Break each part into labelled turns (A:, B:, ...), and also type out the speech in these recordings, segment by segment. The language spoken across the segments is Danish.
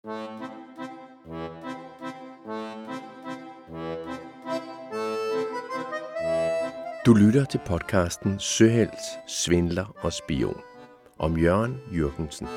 A: Du lytter til podcasten Søhelt, Svindler og Spion om Jørgen Jürgensen.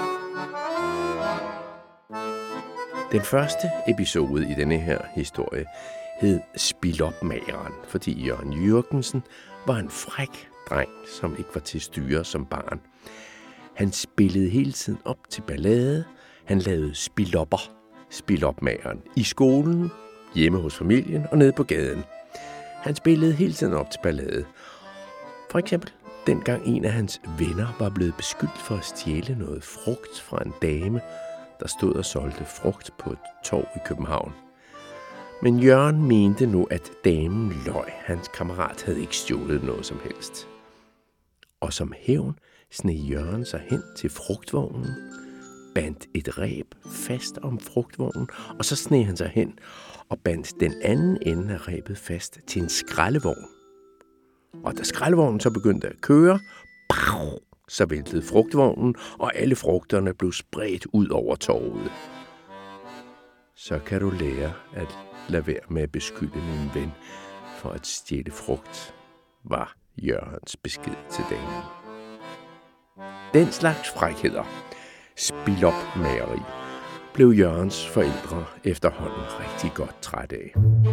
A: Den første episode i denne her historie hed Spilopmageren, fordi Jørgen Jürgensen var en fræk dreng, som ikke var til styre som barn. Han spillede hele tiden op til ballade. Han lavede spilopper, spilopmageren, i skolen, hjemme hos familien og nede på gaden. Han spillede hele tiden op til ballade. For eksempel dengang en af hans venner var blevet beskyldt for at stjæle noget frugt fra en dame, der stod og solgte frugt på et torv i København. Men Jørgen mente nu, at damen løj. Hans kammerat havde ikke stjålet noget som helst. Og som hævn sneg Jørgen sig hen til frugtvognen, bandt et reb fast om frugtvognen, og så sneg han sig hen og bandt den anden ende af rebet fast til en skraldevogn. Og da skraldevognen så begyndte at køre, så væltede frugtvognen, og alle frugterne blev spredt ud over torvet. Så kan du lære at lade være med at beskylde min ven for at stjæle frugt, var Jørgens besked til damen. Den slags frækheder, spilopmageri, blev Jørgens forældre efterhånden rigtig godt træt af.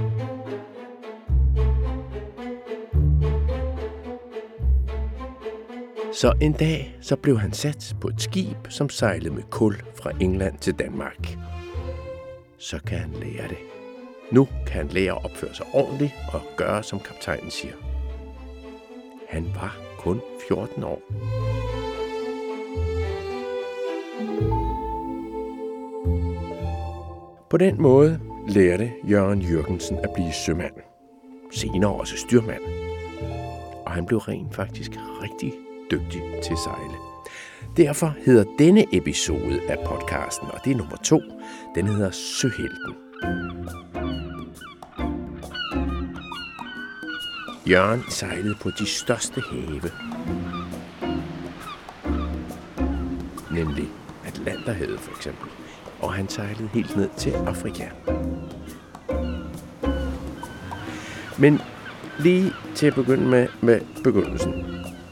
A: Så en dag så blev han sat på et skib, som sejlede med kul fra England til Danmark. Så kan han lære det. Nu kan han lære at opføre sig ordentligt og gøre, som kaptajnen siger. Han var kun 14 år. På den måde lærte Jørgen Jürgensen at blive sømand. Senere også styrmand. Og han blev rent faktisk rigtig dygtig til at sejle. Derfor hedder denne episode af podcasten, og det er nummer 2, den hedder Søhelten. Jørgen sejlede på de største have, nemlig Atlanterhavet for eksempel, og han sejlede helt ned til Afrika. Men lige til at begynde med begyndelsen.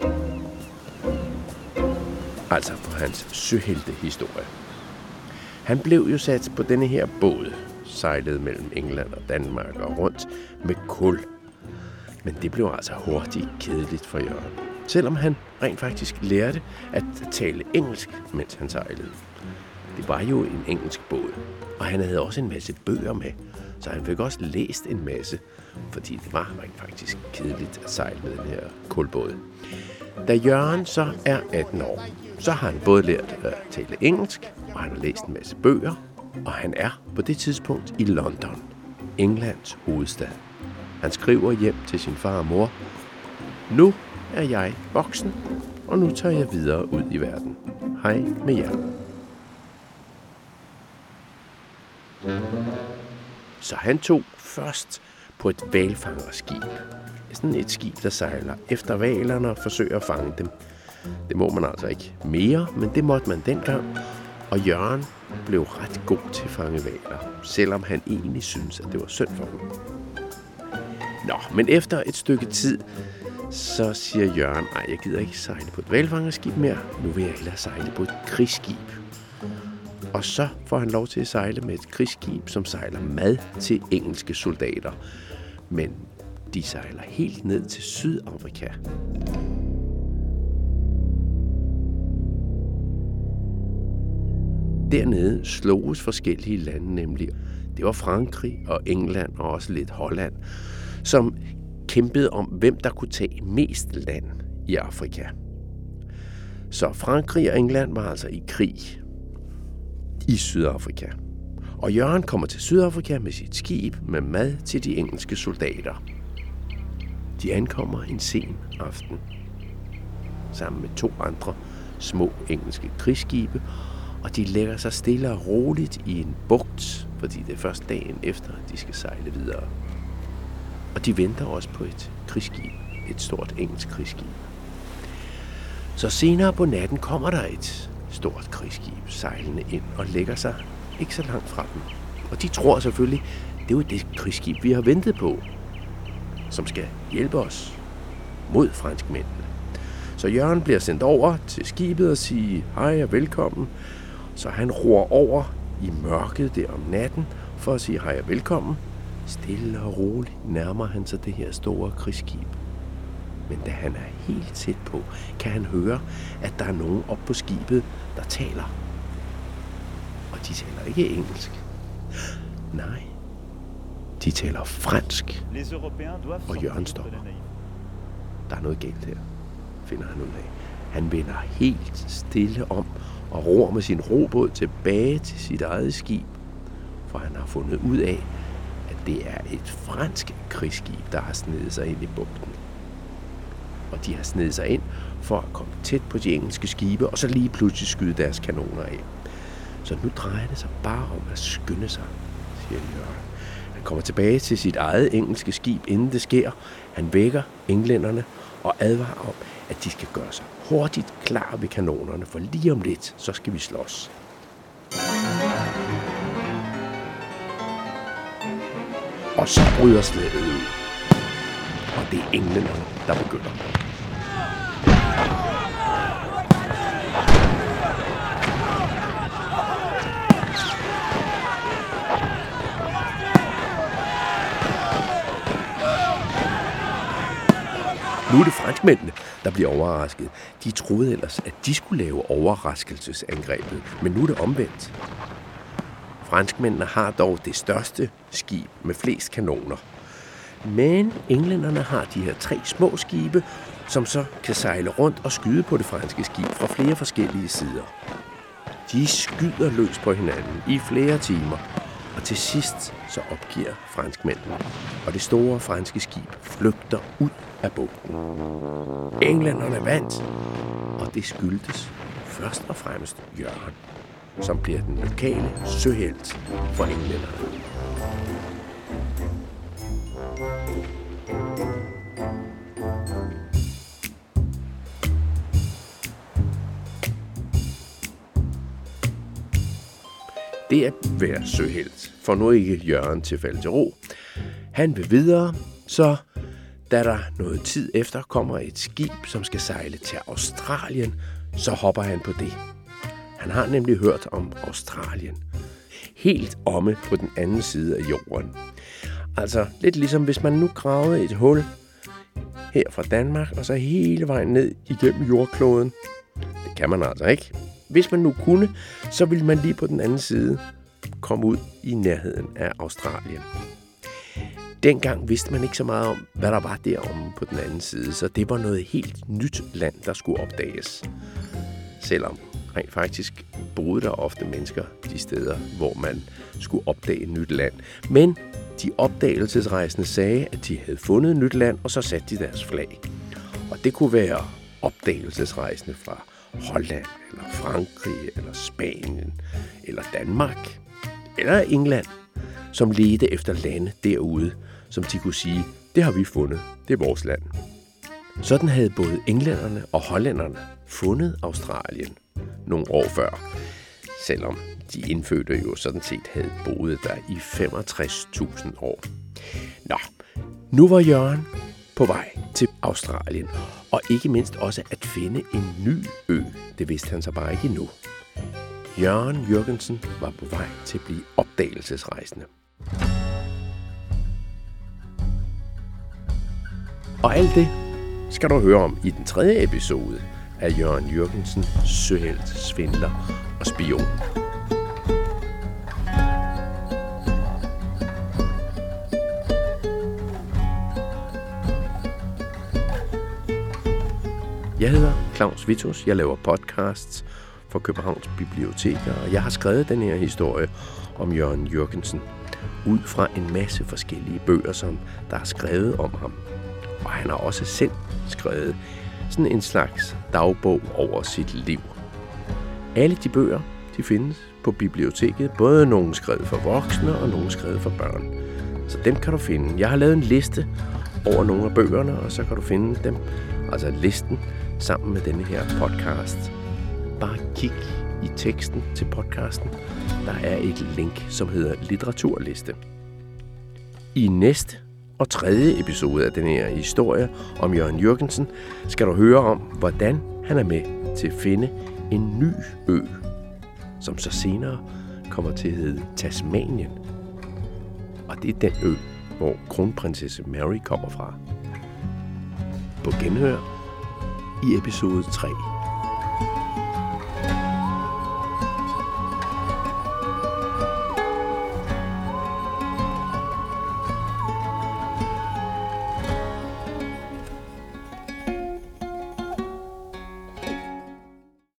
A: Altså på hans søheltehistorie. Han blev jo sat på denne her båd, sejlede mellem England og Danmark og rundt med kul. Men det blev altså hurtigt kedeligt for Jørgen. Selvom han rent faktisk lærte at tale engelsk, mens han sejlede. Det var jo en engelsk båd, og han havde også en masse bøger med, så han fik også læst en masse, fordi det var rent faktisk kedeligt at sejle med den her kulbåd. Da Jørgen så er 18 år, så har han både lært at tale engelsk, og han har læst en masse bøger, og han er på det tidspunkt i London, Englands hovedstad. Han skriver hjem til sin far og mor: "Nu er jeg voksen, og nu tager jeg videre ud i verden. Hej med jer." Så han tog først på et hvalfangerskib. Sådan et skib, der sejler efter hvalerne og forsøger at fange dem. Det må man altså ikke mere, men det måtte man dengang. Og Jørgen blev ret god til at fange hvaler, selvom han egentlig syntes, at det var synd for dem. Nå, men efter et stykke tid, så siger Jørgen: "Ej, jeg gider ikke sejle på et hvalfangerskib mere. Nu vil jeg hellere sejle på et krigsskib." Og så får han lov til at sejle med et krigsskib, som sejler mad til engelske soldater. Men de sejler helt ned til Sydafrika. Dernede sloges forskellige lande nemlig. Det var Frankrig og England og også lidt Holland, som kæmpede om, hvem der kunne tage mest land i Afrika. Så Frankrig og England var altså i krig i Sydafrika. Og Jørgen kommer til Sydafrika med sit skib med mad til de engelske soldater. De ankommer en sen aften sammen med 2 andre små engelske krigsskibe, og de lægger sig stille og roligt i en bugt, fordi det er først dagen efter, de skal sejle videre. Og de venter også på et krigsskib, et stort engelsk krigsskib. Så senere på natten kommer der et stort krigsskib sejlende ind og lægger sig ikke så langt fra dem. Og de tror selvfølgelig, det er jo det krigsskib, vi har ventet på, som skal hjælpe os mod franskmændene. Så Jørgen bliver sendt over til skibet og siger hej og velkommen. Så han roer over i mørket der om natten for at sige hej og velkommen. Stille og roligt nærmer han sig det her store krigsskib. Men da han er helt tæt på, kan han høre, at der er nogen oppe på skibet, der taler. Og de taler ikke engelsk. Nej, de taler fransk. Og Jørgen stopper. Der er noget galt her, finder han ud af. Han vender helt stille om og ror med sin robåd tilbage til sit eget skib. For han har fundet ud af, at det er et fransk krigsskib, der har snedet sig ind i bugten. Og de har snedet sig ind for at komme tæt på de engelske skibe, og så lige pludselig skyde deres kanoner af. Så nu drejer det sig bare om at skynde sig, siger Jørgen. Han kommer tilbage til sit eget engelske skib, inden det sker. Han vækker englænderne og advarer om, at de skal gøre sig hurtigt klar ved kanonerne, for lige om lidt, så skal vi slås. Og så bryder slaget ud. Og det er englænderne, der begynder. Nu er det franskmændene, der bliver overrasket. De troede ellers, at de skulle lave overraskelsesangrebet, men nu er det omvendt. Franskmændene har dog det største skib med flest kanoner. Men englænderne har de her 3 små skibe, som så kan sejle rundt og skyde på det franske skib fra flere forskellige sider. De skyder løs på hinanden i flere timer, og til sidst så opgiver franskmændene, og det store franske skib flygter ud af bugten. Englænderne vandt, og det skyldtes først og fremmest Jørgen, som bliver den lokale søhelt for englænderne. Det er at være søhelt, for nu ikke Jørgen til falde til ro. Han vil videre, så da der noget tid efter kommer et skib, som skal sejle til Australien, så hopper han på det. Han har nemlig hørt om Australien. Helt omme på den anden side af jorden. Altså lidt ligesom hvis man nu gravede et hul her fra Danmark, og så hele vejen ned igennem jordkloden. Det kan man altså ikke. Hvis man nu kunne, så ville man lige på den anden side komme ud i nærheden af Australien. Dengang vidste man ikke så meget om, hvad der var deromme på den anden side, så det var noget helt nyt land, der skulle opdages. Selvom rent faktisk boede der ofte mennesker de steder, hvor man skulle opdage et nyt land. Men de opdagelsesrejsende sagde, at de havde fundet et nyt land, og så satte de deres flag. Og det kunne være opdagelsesrejsende fra Holland, eller Frankrig, eller Spanien, eller Danmark, eller England, som ledte efter lande derude, som de kunne sige, det har vi fundet, det er vores land. Sådan havde både englænderne og hollænderne fundet Australien nogle år før, selvom de indfødte jo sådan set havde boet der i 65.000 år. Nå, nu var Jørgen på vej til Australien, og ikke mindst også at finde en ny ø. Det vidste han så bare ikke endnu. Jørgen Jürgensen var på vej til at blive opdagelsesrejsende. Og alt det skal du høre om i den 3. episode af Jørgen Jürgensen, søhelt, svindler og spion. Jeg hedder Claus Vittus. Jeg laver podcasts for Københavns Biblioteker, og jeg har skrevet den her historie om Jørgen Jürgensen ud fra en masse forskellige bøger, som der er skrevet om ham. Og han har også selv skrevet sådan en slags dagbog over sit liv. Alle de bøger, de findes på biblioteket, både nogle skrevet for voksne og nogle skrevet for børn. Så dem kan du finde. Jeg har lavet en liste over nogle af bøgerne, og så kan du finde dem, altså listen, sammen med denne her podcast. Bare kig i teksten til podcasten, der er et link, som hedder litteraturliste. I næste og tredje episode af den her historie om Jørgen Jürgensen, skal du høre om, hvordan han er med til at finde en ny ø, som så senere kommer til at hedde Tasmanien. Og det er den ø, hvor kronprinsesse Mary kommer fra. På genhør i episode 3.